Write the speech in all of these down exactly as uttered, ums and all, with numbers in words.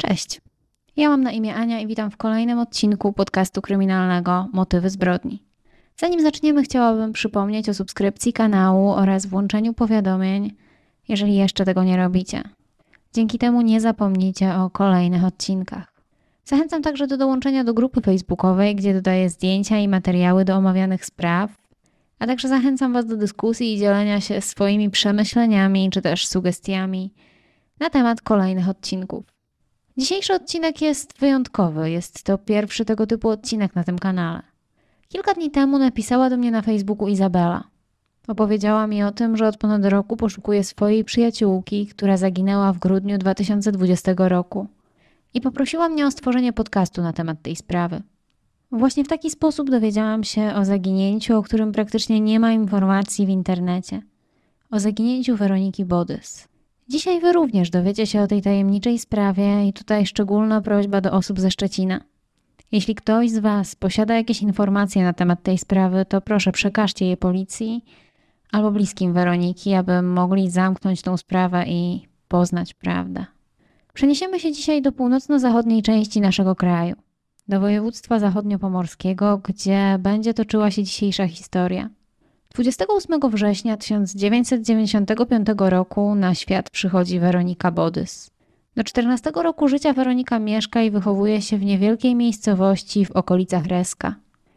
Cześć, ja mam na imię Ania i witam w kolejnym odcinku podcastu kryminalnego Motywy zbrodni. Zanim zaczniemy, chciałabym przypomnieć o subskrypcji kanału oraz włączeniu powiadomień, jeżeli jeszcze tego nie robicie. Dzięki temu nie zapomnijcie o kolejnych odcinkach. Zachęcam także do dołączenia do grupy facebookowej, gdzie dodaję zdjęcia i materiały do omawianych spraw, a także zachęcam Was do dyskusji i dzielenia się swoimi przemyśleniami czy też sugestiami na temat kolejnych odcinków. Dzisiejszy odcinek jest wyjątkowy, jest to pierwszy tego typu odcinek na tym kanale. Kilka dni temu napisała do mnie na Facebooku Izabela. Opowiedziała mi o tym, że od ponad roku poszukuje swojej przyjaciółki, która zaginęła w grudniu dwa tysiące dwudziestego roku i poprosiła mnie o stworzenie podcastu na temat tej sprawy. Właśnie w taki sposób dowiedziałam się o zaginięciu, o którym praktycznie nie ma informacji w internecie. O zaginięciu Weroniki Bodys. Dzisiaj Wy również dowiecie się o tej tajemniczej sprawie i tutaj szczególna prośba do osób ze Szczecina. Jeśli ktoś z Was posiada jakieś informacje na temat tej sprawy, to proszę przekażcie je policji albo bliskim Weroniki, aby mogli zamknąć tą sprawę i poznać prawdę. Przeniesiemy się dzisiaj do północno-zachodniej części naszego kraju, do województwa zachodniopomorskiego, gdzie będzie toczyła się dzisiejsza historia. dwudziestego ósmego września tysiąc dziewięćset dziewięćdziesiątego piątego roku na świat przychodzi Weronika Bodys. Do czternastego roku życia Weronika mieszka i wychowuje się w niewielkiej miejscowości w okolicach Reska.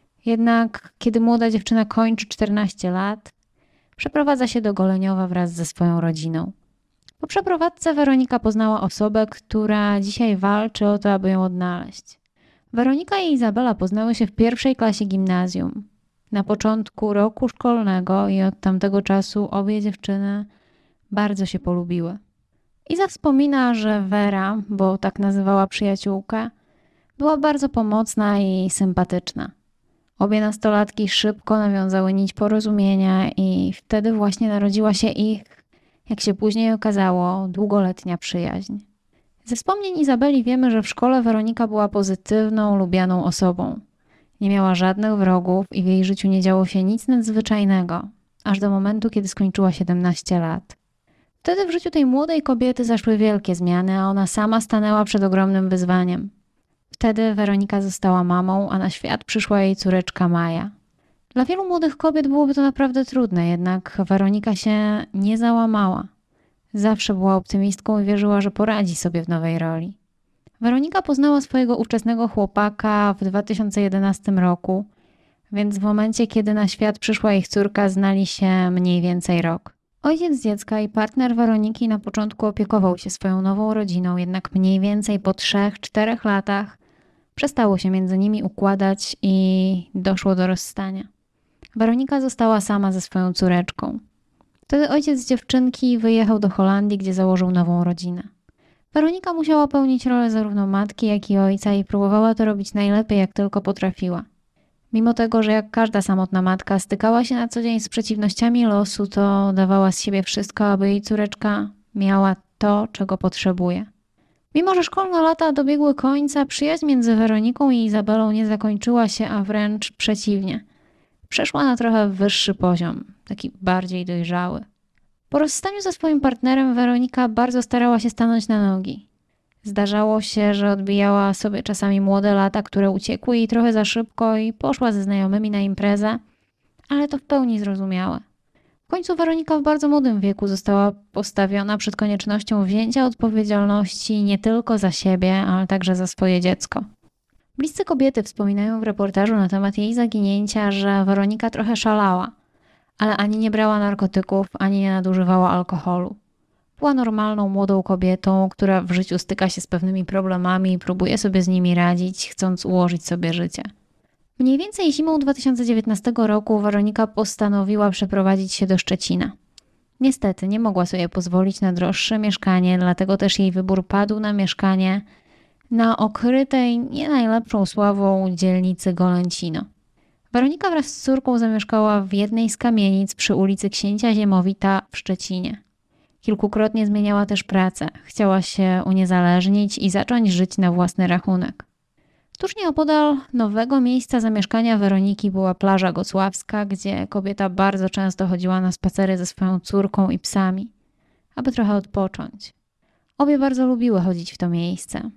Jednak kiedy młoda dziewczyna kończy czternaście lat, przeprowadza się do Goleniowa wraz ze swoją rodziną. Po przeprowadzce Weronika poznała osobę, która dzisiaj walczy o to, aby ją odnaleźć. Weronika i Izabela poznały się w pierwszej klasie gimnazjum. Na początku roku szkolnego i od tamtego czasu obie dziewczyny bardzo się polubiły. Iza wspomina, że Wera, bo tak nazywała przyjaciółkę, była bardzo pomocna i sympatyczna. Obie nastolatki szybko nawiązały nić porozumienia i wtedy właśnie narodziła się ich, jak się później okazało, długoletnia przyjaźń. Ze wspomnień Izabeli wiemy, że w szkole Weronika była pozytywną, lubianą osobą. Nie miała żadnych wrogów i w jej życiu nie działo się nic nadzwyczajnego, aż do momentu, kiedy skończyła siedemnaście lat. Wtedy w życiu tej młodej kobiety zaszły wielkie zmiany, a ona sama stanęła przed ogromnym wyzwaniem. Wtedy Weronika została mamą, a na świat przyszła jej córeczka Maja. Dla wielu młodych kobiet byłoby to naprawdę trudne, jednak Weronika się nie załamała. Zawsze była optymistką i wierzyła, że poradzi sobie w nowej roli. Weronika poznała swojego ówczesnego chłopaka w dwa tysiące jedenastym roku, więc w momencie, kiedy na świat przyszła ich córka, znali się mniej więcej rok. Ojciec dziecka i partner Weroniki na początku opiekował się swoją nową rodziną, jednak mniej więcej po trzech, czterech latach przestało się między nimi układać i doszło do rozstania. Weronika została sama ze swoją córeczką. Wtedy ojciec dziewczynki wyjechał do Holandii, gdzie założył nową rodzinę. Weronika musiała pełnić rolę zarówno matki, jak i ojca i próbowała to robić najlepiej, jak tylko potrafiła. Mimo tego, że jak każda samotna matka stykała się na co dzień z przeciwnościami losu, to dawała z siebie wszystko, aby jej córeczka miała to, czego potrzebuje. Mimo że szkolne lata dobiegły końca, przyjaźń między Weroniką i Izabelą nie zakończyła się, a wręcz przeciwnie. Przeszła na trochę wyższy poziom, taki bardziej dojrzały. Po rozstaniu ze swoim partnerem Weronika bardzo starała się stanąć na nogi. Zdarzało się, że odbijała sobie czasami młode lata, które uciekły jej trochę za szybko i poszła ze znajomymi na imprezę, ale to w pełni zrozumiałe. W końcu Weronika w bardzo młodym wieku została postawiona przed koniecznością wzięcia odpowiedzialności nie tylko za siebie, ale także za swoje dziecko. Bliscy kobiety wspominają w reportażu na temat jej zaginięcia, że Weronika trochę szalała, ale ani nie brała narkotyków, ani nie nadużywała alkoholu. Była normalną, młodą kobietą, która w życiu styka się z pewnymi problemami i próbuje sobie z nimi radzić, chcąc ułożyć sobie życie. Mniej więcej zimą dwa tysiące dziewiętnastego roku Weronika postanowiła przeprowadzić się do Szczecina. Niestety nie mogła sobie pozwolić na droższe mieszkanie, dlatego też jej wybór padł na mieszkanie na okrytej nie najlepszą sławą dzielnicy Golęcino. Weronika wraz z córką zamieszkała w jednej z kamienic przy ulicy Księcia Ziemowita w Szczecinie. Kilkukrotnie zmieniała też pracę. Chciała się uniezależnić i zacząć żyć na własny rachunek. Tuż nieopodal nowego miejsca zamieszkania Weroniki była plaża Gocławska, gdzie kobieta bardzo często chodziła na spacery ze swoją córką i psami, aby trochę odpocząć. Obie bardzo lubiły chodzić w to miejsce.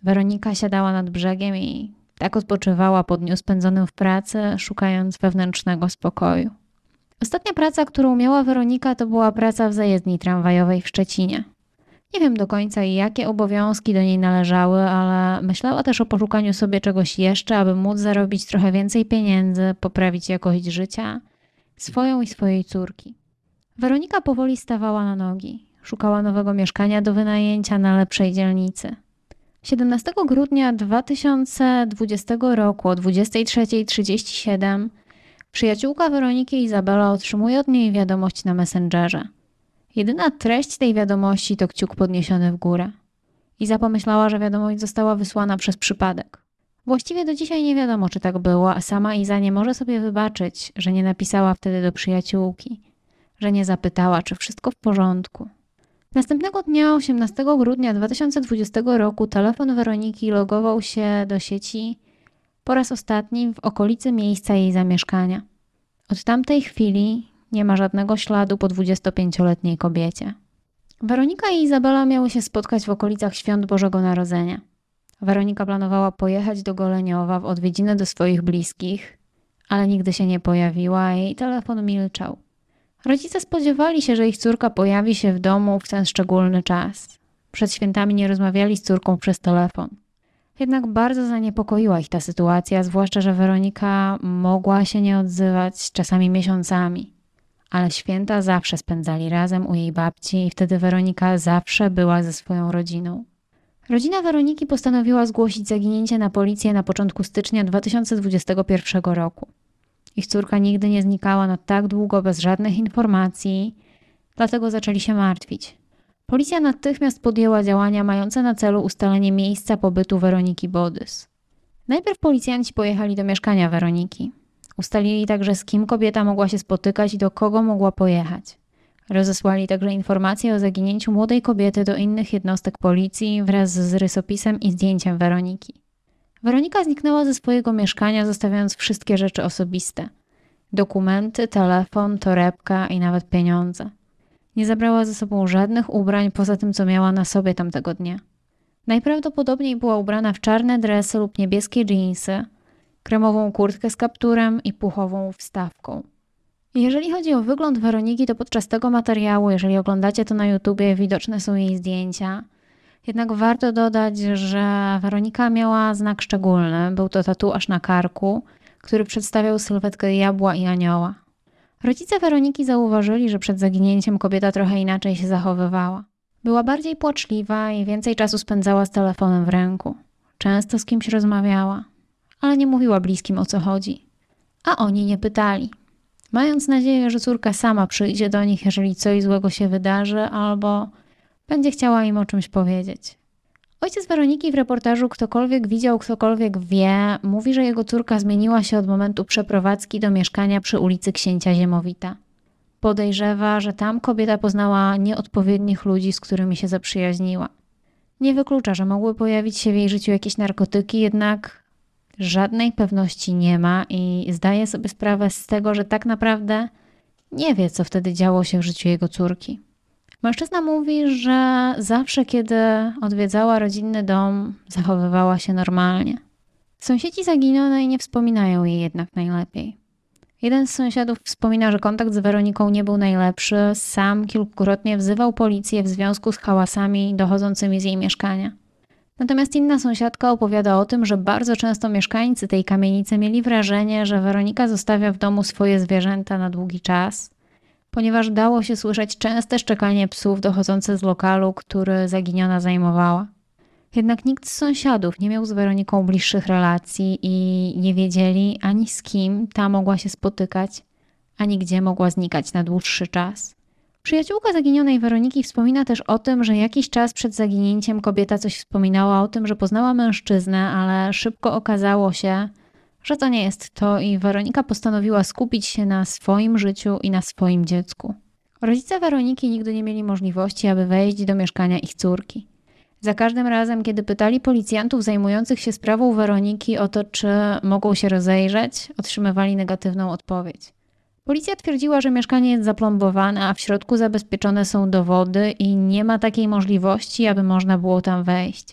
Weronika siadała nad brzegiem i tak odpoczywała po dniu spędzonym w pracy, szukając wewnętrznego spokoju. Ostatnia praca, którą miała Weronika, to była praca w zajezdni tramwajowej w Szczecinie. Nie wiem do końca, jakie obowiązki do niej należały, ale myślała też o poszukaniu sobie czegoś jeszcze, aby móc zarobić trochę więcej pieniędzy, poprawić jakość życia swoją i swojej córki. Weronika powoli stawała na nogi. Szukała nowego mieszkania do wynajęcia na lepszej dzielnicy. siedemnastego grudnia dwa tysiące dwudziestego roku o dwudziestej trzeciej trzydzieści siedem przyjaciółka Weroniki Izabela otrzymuje od niej wiadomość na Messengerze. Jedyna treść tej wiadomości to kciuk podniesiony w górę. Iza pomyślała, że wiadomość została wysłana przez przypadek. Właściwie do dzisiaj nie wiadomo, czy tak było, a sama Iza nie może sobie wybaczyć, że nie napisała wtedy do przyjaciółki, że nie zapytała, czy wszystko w porządku. Następnego dnia, osiemnastego grudnia dwa tysiące dwudziestego roku, telefon Weroniki logował się do sieci po raz ostatni w okolicy miejsca jej zamieszkania. Od tamtej chwili nie ma żadnego śladu po dwudziestopięcioletniej kobiecie. Weronika i Izabela miały się spotkać w okolicach Świąt Bożego Narodzenia. Weronika planowała pojechać do Goleniowa w odwiedziny do swoich bliskich, ale nigdy się nie pojawiła, a jej telefon milczał. Rodzice spodziewali się, że ich córka pojawi się w domu w ten szczególny czas. Przed świętami nie rozmawiali z córką przez telefon. Jednak bardzo zaniepokoiła ich ta sytuacja, zwłaszcza, że Weronika mogła się nie odzywać czasami miesiącami. Ale święta zawsze spędzali razem u jej babci i wtedy Weronika zawsze była ze swoją rodziną. Rodzina Weroniki postanowiła zgłosić zaginięcie na policję na początku stycznia dwa tysiące dwudziestego pierwszego roku. Ich córka nigdy nie znikała na tak długo bez żadnych informacji, dlatego zaczęli się martwić. Policja natychmiast podjęła działania mające na celu ustalenie miejsca pobytu Weroniki Bodys. Najpierw policjanci pojechali do mieszkania Weroniki. Ustalili także, z kim kobieta mogła się spotykać i do kogo mogła pojechać. Rozesłali także informacje o zaginięciu młodej kobiety do innych jednostek policji wraz z rysopisem i zdjęciem Weroniki. Weronika zniknęła ze swojego mieszkania, zostawiając wszystkie rzeczy osobiste. Dokumenty, telefon, torebka i nawet pieniądze. Nie zabrała ze sobą żadnych ubrań poza tym, co miała na sobie tamtego dnia. Najprawdopodobniej była ubrana w czarne dresy lub niebieskie dżinsy, kremową kurtkę z kapturem i puchową wstawką. Jeżeli chodzi o wygląd Weroniki, to podczas tego materiału, jeżeli oglądacie to na YouTubie, widoczne są jej zdjęcia. Jednak warto dodać, że Weronika miała znak szczególny. Był to tatuaż na karku, który przedstawiał sylwetkę diabła i anioła. Rodzice Weroniki zauważyli, że przed zaginięciem kobieta trochę inaczej się zachowywała. Była bardziej płaczliwa i więcej czasu spędzała z telefonem w ręku. Często z kimś rozmawiała, ale nie mówiła bliskim, o co chodzi. A oni nie pytali, mając nadzieję, że córka sama przyjdzie do nich, jeżeli coś złego się wydarzy, albo będzie chciała im o czymś powiedzieć. Ojciec Weroniki w reportażu Ktokolwiek widział, ktokolwiek wie, mówi, że jego córka zmieniła się od momentu przeprowadzki do mieszkania przy ulicy Księcia Ziemowita. Podejrzewa, że tam kobieta poznała nieodpowiednich ludzi, z którymi się zaprzyjaźniła. Nie wyklucza, że mogły pojawić się w jej życiu jakieś narkotyki, jednak żadnej pewności nie ma i zdaje sobie sprawę z tego, że tak naprawdę nie wie, co wtedy działo się w życiu jego córki. Mężczyzna mówi, że zawsze, kiedy odwiedzała rodzinny dom, zachowywała się normalnie. Sąsiedzi zaginionej nie wspominają jej jednak najlepiej. Jeden z sąsiadów wspomina, że kontakt z Weroniką nie był najlepszy, sam kilkukrotnie wzywał policję w związku z hałasami dochodzącymi z jej mieszkania. Natomiast inna sąsiadka opowiada o tym, że bardzo często mieszkańcy tej kamienicy mieli wrażenie, że Weronika zostawia w domu swoje zwierzęta na długi czas, ponieważ dało się słyszeć częste szczekanie psów dochodzące z lokalu, który zaginiona zajmowała. Jednak nikt z sąsiadów nie miał z Weroniką bliższych relacji i nie wiedzieli ani z kim ta mogła się spotykać, ani gdzie mogła znikać na dłuższy czas. Przyjaciółka zaginionej Weroniki wspomina też o tym, że jakiś czas przed zaginięciem kobieta coś wspominała o tym, że poznała mężczyznę, ale szybko okazało się, że to nie jest to i Weronika postanowiła skupić się na swoim życiu i na swoim dziecku. Rodzice Weroniki nigdy nie mieli możliwości, aby wejść do mieszkania ich córki. Za każdym razem, kiedy pytali policjantów zajmujących się sprawą Weroniki o to, czy mogą się rozejrzeć, otrzymywali negatywną odpowiedź. Policja twierdziła, że mieszkanie jest zaplombowane, a w środku zabezpieczone są dowody i nie ma takiej możliwości, aby można było tam wejść.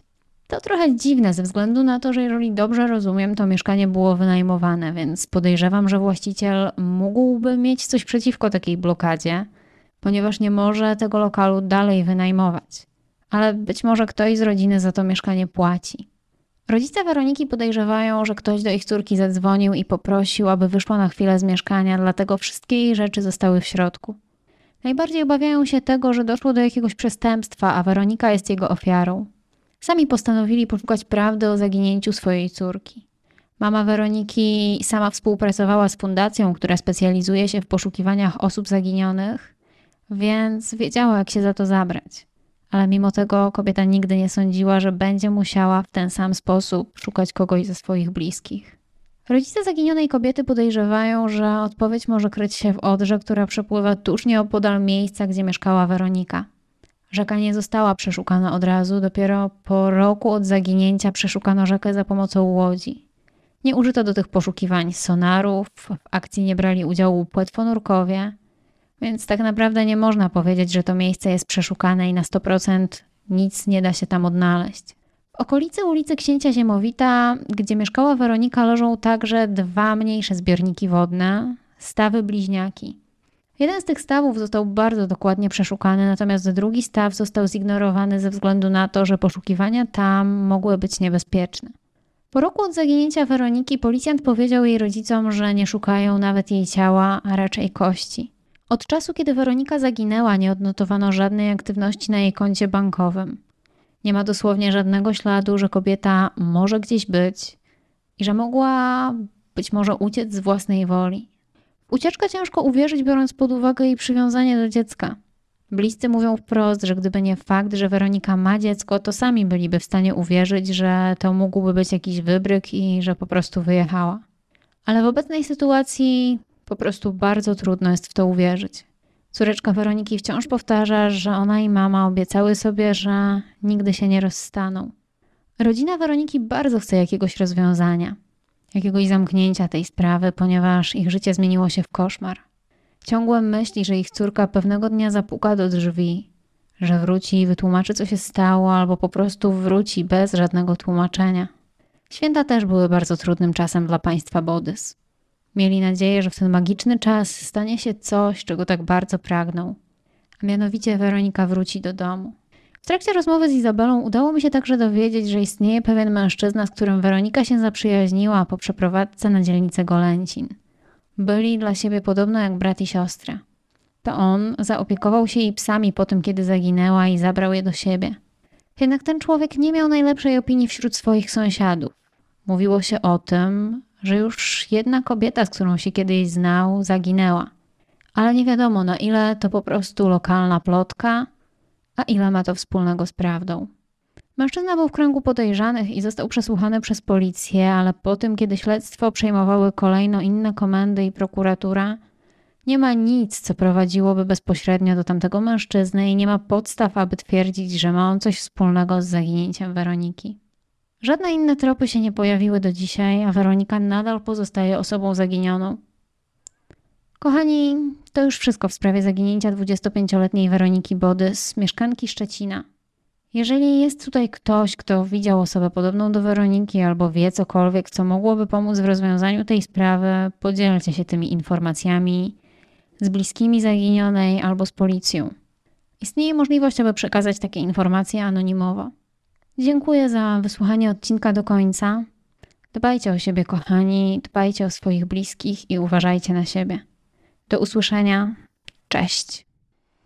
To trochę dziwne ze względu na to, że jeżeli dobrze rozumiem, to mieszkanie było wynajmowane, więc podejrzewam, że właściciel mógłby mieć coś przeciwko takiej blokadzie, ponieważ nie może tego lokalu dalej wynajmować. Ale być może ktoś z rodziny za to mieszkanie płaci. Rodzice Weroniki podejrzewają, że ktoś do ich córki zadzwonił i poprosił, aby wyszła na chwilę z mieszkania, dlatego wszystkie jej rzeczy zostały w środku. Najbardziej obawiają się tego, że doszło do jakiegoś przestępstwa, a Weronika jest jego ofiarą. Sami postanowili poszukać prawdy o zaginięciu swojej córki. Mama Weroniki sama współpracowała z fundacją, która specjalizuje się w poszukiwaniach osób zaginionych, więc wiedziała, jak się za to zabrać. Ale mimo tego kobieta nigdy nie sądziła, że będzie musiała w ten sam sposób szukać kogoś ze swoich bliskich. Rodzice zaginionej kobiety podejrzewają, że odpowiedź może kryć się w Odrze, która przepływa tuż nieopodal miejsca, gdzie mieszkała Weronika. Rzeka nie została przeszukana od razu, dopiero po roku od zaginięcia przeszukano rzekę za pomocą łodzi. Nie użyto do tych poszukiwań sonarów, w akcji nie brali udziału płetwonurkowie, więc tak naprawdę nie można powiedzieć, że to miejsce jest przeszukane i na sto procent nic nie da się tam odnaleźć. W okolicy ulicy Księcia Ziemowita, gdzie mieszkała Weronika, leżą także dwa mniejsze zbiorniki wodne, stawy bliźniaki. Jeden z tych stawów został bardzo dokładnie przeszukany, natomiast drugi staw został zignorowany ze względu na to, że poszukiwania tam mogły być niebezpieczne. Po roku od zaginięcia Weroniki policjant powiedział jej rodzicom, że nie szukają nawet jej ciała, a raczej kości. Od czasu, kiedy Weronika zaginęła, nie odnotowano żadnej aktywności na jej koncie bankowym. Nie ma dosłownie żadnego śladu, że kobieta może gdzieś być i że mogła być może uciec z własnej woli. W ucieczkę ciężko uwierzyć, biorąc pod uwagę jej przywiązanie do dziecka. Bliscy mówią wprost, że gdyby nie fakt, że Weronika ma dziecko, to sami byliby w stanie uwierzyć, że to mógłby być jakiś wybryk i że po prostu wyjechała. Ale w obecnej sytuacji po prostu bardzo trudno jest w to uwierzyć. Córeczka Weroniki wciąż powtarza, że ona i mama obiecały sobie, że nigdy się nie rozstaną. Rodzina Weroniki bardzo chce jakiegoś rozwiązania, jakiegoś zamknięcia tej sprawy, ponieważ ich życie zmieniło się w koszmar. Ciągłe myśli, że ich córka pewnego dnia zapuka do drzwi, że wróci i wytłumaczy, co się stało, albo po prostu wróci bez żadnego tłumaczenia. Święta też były bardzo trudnym czasem dla państwa Bodys. Mieli nadzieję, że w ten magiczny czas stanie się coś, czego tak bardzo pragną, a mianowicie Weronika wróci do domu. W trakcie rozmowy z Izabelą udało mi się także dowiedzieć, że istnieje pewien mężczyzna, z którym Weronika się zaprzyjaźniła po przeprowadzce na dzielnicę Golęcin. Byli dla siebie podobno jak brat i siostra. To on zaopiekował się jej psami po tym, kiedy zaginęła i zabrał je do siebie. Jednak ten człowiek nie miał najlepszej opinii wśród swoich sąsiadów. Mówiło się o tym, że już jedna kobieta, z którą się kiedyś znał, zaginęła. Ale nie wiadomo, na ile to po prostu lokalna plotka, a ile ma to wspólnego z prawdą. Mężczyzna był w kręgu podejrzanych i został przesłuchany przez policję, ale po tym, kiedy śledztwo przejmowały kolejno inne komendy i prokuratura, nie ma nic, co prowadziłoby bezpośrednio do tamtego mężczyzny i nie ma podstaw, aby twierdzić, że ma on coś wspólnego z zaginięciem Weroniki. Żadne inne tropy się nie pojawiły do dzisiaj, a Weronika nadal pozostaje osobą zaginioną. Kochani, to już wszystko w sprawie zaginięcia dwudziestopięcioletniej Weroniki Bodys, mieszkanki Szczecina. Jeżeli jest tutaj ktoś, kto widział osobę podobną do Weroniki albo wie cokolwiek, co mogłoby pomóc w rozwiązaniu tej sprawy, podzielcie się tymi informacjami z bliskimi zaginionej albo z policją. Istnieje możliwość, aby przekazać takie informacje anonimowo. Dziękuję za wysłuchanie odcinka do końca. Dbajcie o siebie, kochani, dbajcie o swoich bliskich i uważajcie na siebie. Do usłyszenia. Cześć.